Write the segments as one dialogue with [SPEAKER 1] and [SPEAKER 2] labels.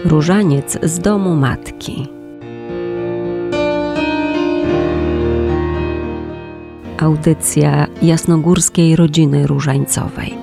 [SPEAKER 1] Różaniec z domu matki. Audycja jasnogórskiej rodziny różańcowej.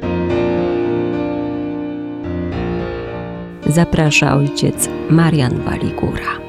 [SPEAKER 1] Zaprasza ojciec Marian Waligura.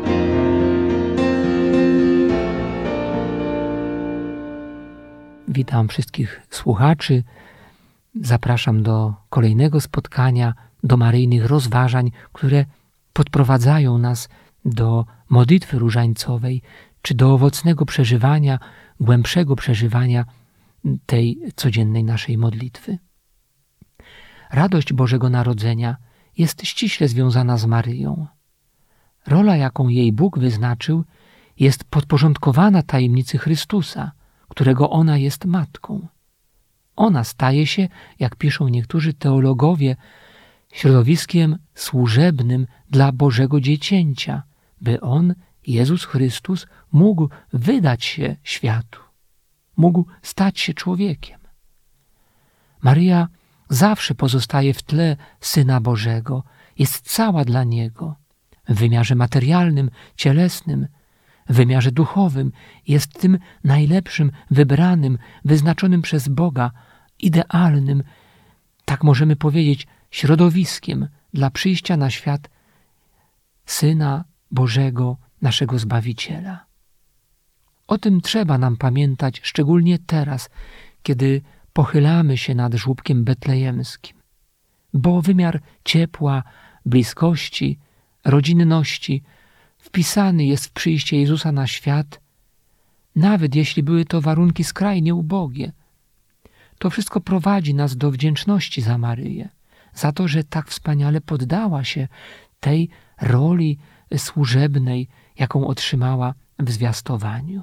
[SPEAKER 2] Witam wszystkich słuchaczy. Zapraszam do kolejnego spotkania, do maryjnych rozważań, które podprowadzają nas do modlitwy różańcowej, czy do owocnego przeżywania, głębszego przeżywania tej codziennej naszej modlitwy. Radość Bożego Narodzenia jest ściśle związana z Maryją. Rola, jaką jej Bóg wyznaczył, jest podporządkowana tajemnicy Chrystusa, którego ona jest matką. Ona staje się, jak piszą niektórzy teologowie, środowiskiem służebnym dla Bożego Dziecięcia, by On, Jezus Chrystus, mógł wydać się światu, mógł stać się człowiekiem. Maryja zawsze pozostaje w tle Syna Bożego, jest cała dla Niego. W wymiarze materialnym, cielesnym, w wymiarze duchowym jest tym najlepszym, wybranym, wyznaczonym przez Boga, idealnym, tak możemy powiedzieć, środowiskiem dla przyjścia na świat Syna Bożego, naszego Zbawiciela. O tym trzeba nam pamiętać, szczególnie teraz, kiedy pochylamy się nad żłóbkiem betlejemskim, bo wymiar ciepła, bliskości, rodzinności wpisany jest w przyjście Jezusa na świat, nawet jeśli były to warunki skrajnie ubogie. To wszystko prowadzi nas do wdzięczności za Maryję, za to, że tak wspaniale poddała się tej roli służebnej, jaką otrzymała w zwiastowaniu.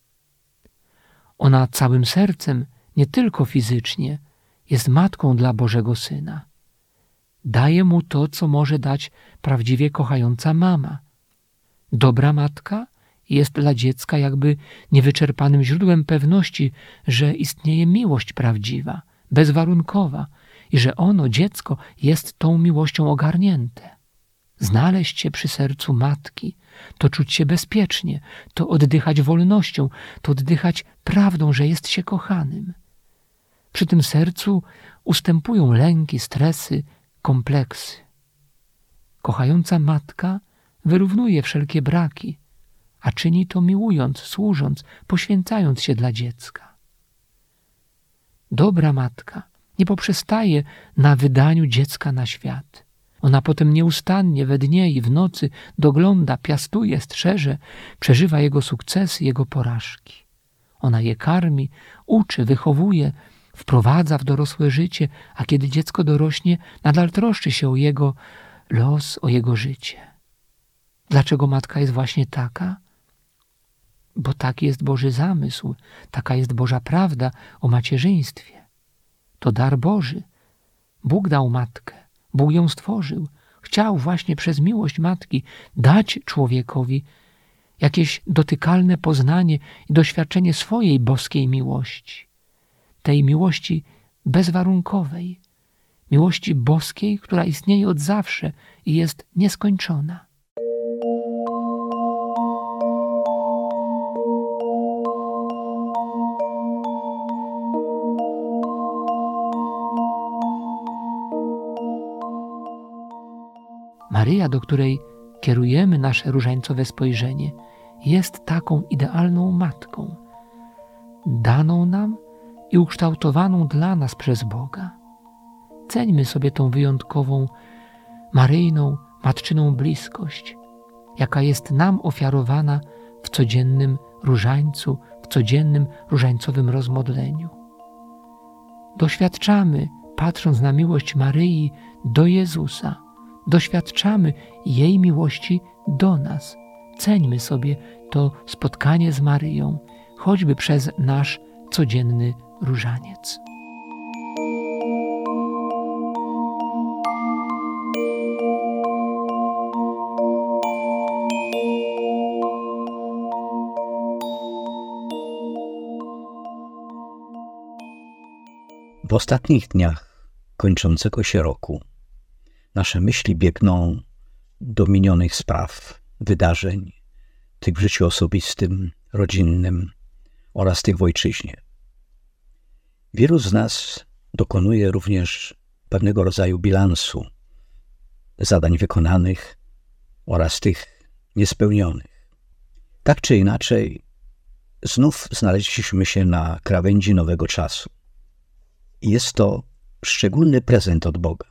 [SPEAKER 2] Ona całym sercem, nie tylko fizycznie, jest matką dla Bożego Syna. Daje mu to, co może dać prawdziwie kochająca mama. Dobra matka jest dla dziecka jakby niewyczerpanym źródłem pewności, że istnieje miłość prawdziwa, bezwarunkowa i że ono, dziecko, jest tą miłością ogarnięte. Znaleźć się przy sercu matki, to czuć się bezpiecznie, to oddychać wolnością, to oddychać prawdą, że jest się kochanym. Przy tym sercu ustępują lęki, stresy, kompleksy. Kochająca matka wyrównuje wszelkie braki, a czyni to miłując, służąc, poświęcając się dla dziecka. Dobra matka nie poprzestaje na wydaniu dziecka na świat. Ona potem nieustannie we dnie i w nocy dogląda, piastuje, strzeże, przeżywa jego sukcesy, jego porażki. Ona je karmi, uczy, wychowuje, wprowadza w dorosłe życie, a kiedy dziecko dorośnie, nadal troszczy się o jego los, o jego życie. Dlaczego matka jest właśnie taka? Bo taki jest Boży zamysł, taka jest Boża prawda o macierzyństwie. To dar Boży. Bóg dał matkę, Bóg ją stworzył. Chciał właśnie przez miłość matki dać człowiekowi jakieś dotykalne poznanie i doświadczenie swojej boskiej miłości. Tej miłości bezwarunkowej, miłości boskiej, która istnieje od zawsze i jest nieskończona. Maryja, do której kierujemy nasze różańcowe spojrzenie, jest taką idealną matką, daną nam i ukształtowaną dla nas przez Boga. Ceńmy sobie tą wyjątkową, maryjną, matczyną bliskość, jaka jest nam ofiarowana w codziennym różańcu, w codziennym różańcowym rozmodleniu. Doświadczamy, patrząc na miłość Maryi do Jezusa, doświadczamy jej miłości do nas. Ceńmy sobie to spotkanie z Maryją, choćby przez nasz codzienny różaniec.
[SPEAKER 3] W ostatnich dniach kończącego się roku nasze myśli biegną do minionych spraw, wydarzeń, tych w życiu osobistym, rodzinnym oraz tych w ojczyźnie. Wielu z nas dokonuje również pewnego rodzaju bilansu zadań wykonanych oraz tych niespełnionych. Tak czy inaczej, znów znaleźliśmy się na krawędzi nowego czasu. I jest to szczególny prezent od Boga.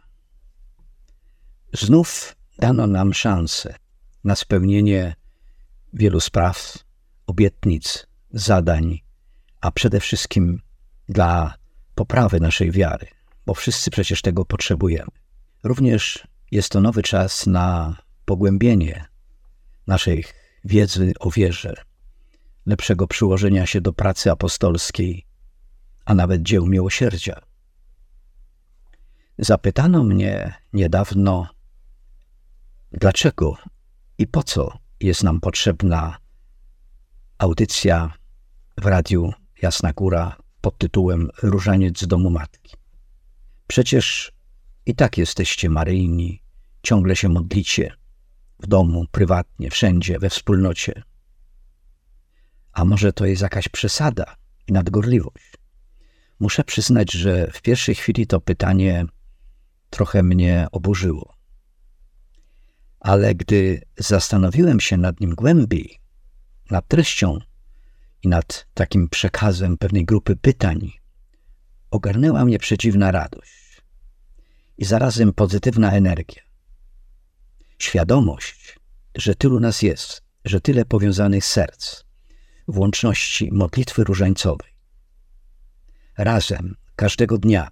[SPEAKER 3] Znów dano nam szansę na spełnienie wielu spraw, obietnic, zadań, a przede wszystkim dla poprawy naszej wiary, bo wszyscy przecież tego potrzebujemy. Również jest to nowy czas na pogłębienie naszej wiedzy o wierze, lepszego przyłożenia się do pracy apostolskiej, a nawet dzieł miłosierdzia. Zapytano mnie niedawno, dlaczego i po co jest nam potrzebna audycja w Radiu Jasna Góra pod tytułem Różaniec z domu Matki. Przecież i tak jesteście maryjni, ciągle się modlicie w domu, prywatnie, wszędzie, we wspólnocie. A może to jest jakaś przesada i nadgorliwość? Muszę przyznać, że w pierwszej chwili to pytanie trochę mnie oburzyło. Ale gdy zastanowiłem się nad nim głębiej, nad treścią i nad takim przekazem pewnej grupy pytań, ogarnęła mnie przedziwna radość i zarazem pozytywna energia. Świadomość, że tylu nas jest, że tyle powiązanych serc w łączności modlitwy różańcowej. Razem, każdego dnia.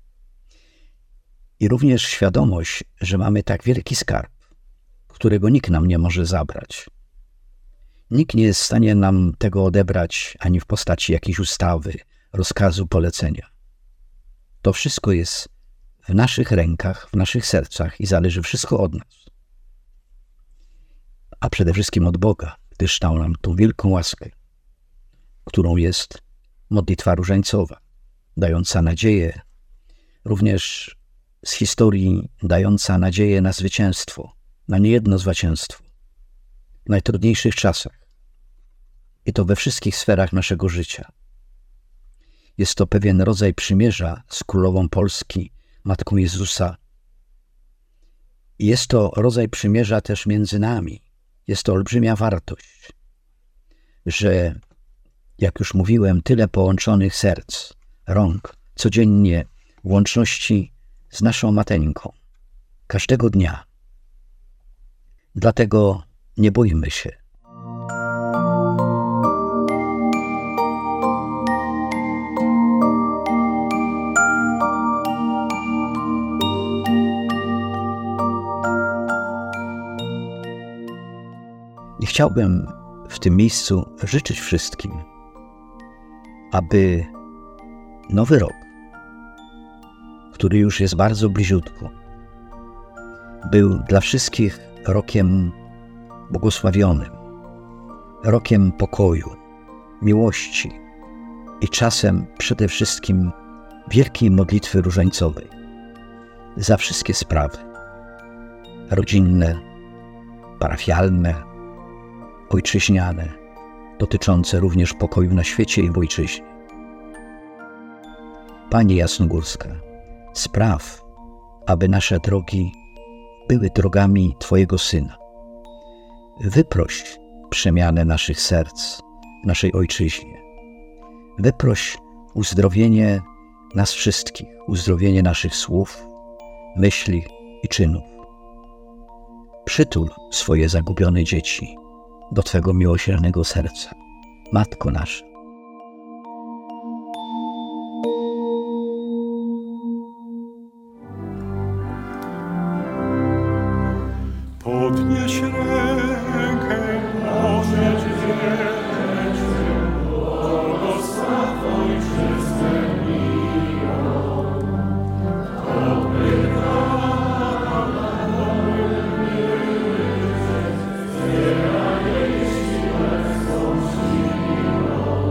[SPEAKER 3] I również świadomość, że mamy tak wielki skarb, którego nikt nam nie może zabrać. Nikt nie jest w stanie nam tego odebrać ani w postaci jakiejś ustawy, rozkazu, polecenia. To wszystko jest w naszych rękach, w naszych sercach i zależy wszystko od nas. A przede wszystkim od Boga, gdyż dał nam tą wielką łaskę, którą jest modlitwa różańcowa, dająca nadzieję, również z historii dająca nadzieję na zwycięstwo, na niejedno zwycięstwo w najtrudniejszych czasach. I to we wszystkich sferach naszego życia. Jest to pewien rodzaj przymierza z Królową Polski, Matką Jezusa. I jest to rodzaj przymierza też między nami. Jest to olbrzymia wartość, że, jak już mówiłem, tyle połączonych serc, rąk, codziennie w łączności z naszą Mateńką, każdego dnia. Dlatego nie bójmy się. I chciałbym w tym miejscu życzyć wszystkim, aby nowy rok, który już jest bardzo bliziutko, był dla wszystkich rokiem błogosławionym, rokiem pokoju, miłości i czasem przede wszystkim wielkiej modlitwy różańcowej za wszystkie sprawy rodzinne, parafialne, ojczyźniane, dotyczące również pokoju na świecie i w ojczyźnie. Pani Jasnogórska, spraw, aby nasze drogi były drogami Twojego Syna. Wyproś przemianę naszych serc, naszej ojczyźnie. Wyproś uzdrowienie nas wszystkich, uzdrowienie naszych słów, myśli i czynów. Przytul swoje zagubione dzieci do Twego miłosiernego serca, Matko nasza.
[SPEAKER 4] Podnieś rękę, Boże Dziecię, błogosław Ojczyznę miłą. Zbieraj siłę swą siłą,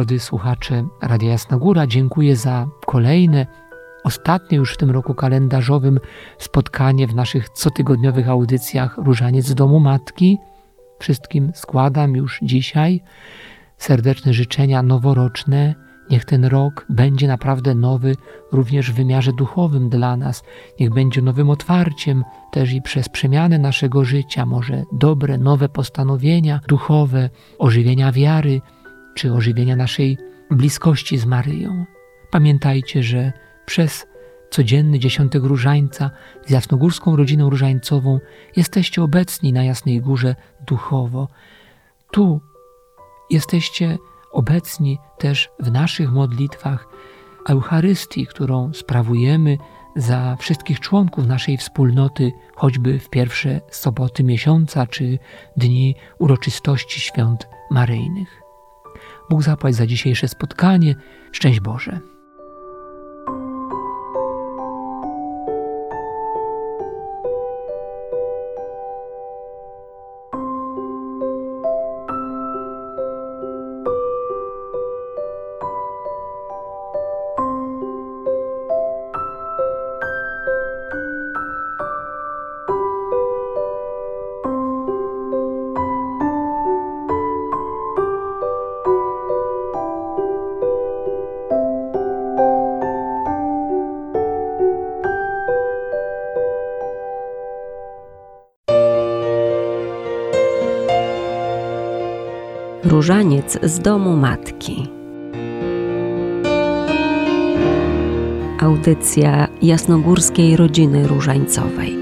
[SPEAKER 2] drodzy słuchacze Radia Jasna Góra, dziękuję za kolejne, ostatnie już w tym roku kalendarzowym spotkanie w naszych cotygodniowych audycjach Różaniec z Domu Matki. Wszystkim składam już dzisiaj serdeczne życzenia noworoczne. Niech ten rok będzie naprawdę nowy również w wymiarze duchowym dla nas. Niech będzie nowym otwarciem też i przez przemianę naszego życia, może dobre, nowe postanowienia duchowe, ożywienia wiary, czy ożywienia naszej bliskości z Maryją. Pamiętajcie, że przez codzienny dziesiątek Różańca z jasnogórską rodziną różańcową jesteście obecni na Jasnej Górze duchowo. Tu jesteście obecni też w naszych modlitwach Eucharystii, którą sprawujemy za wszystkich członków naszej wspólnoty, choćby w pierwsze soboty miesiąca czy dni uroczystości świąt maryjnych. Bóg zapłać za dzisiejsze spotkanie. Szczęść Boże.
[SPEAKER 1] Różaniec z Domu Matki. Audycja jasnogórskiej rodziny różańcowej.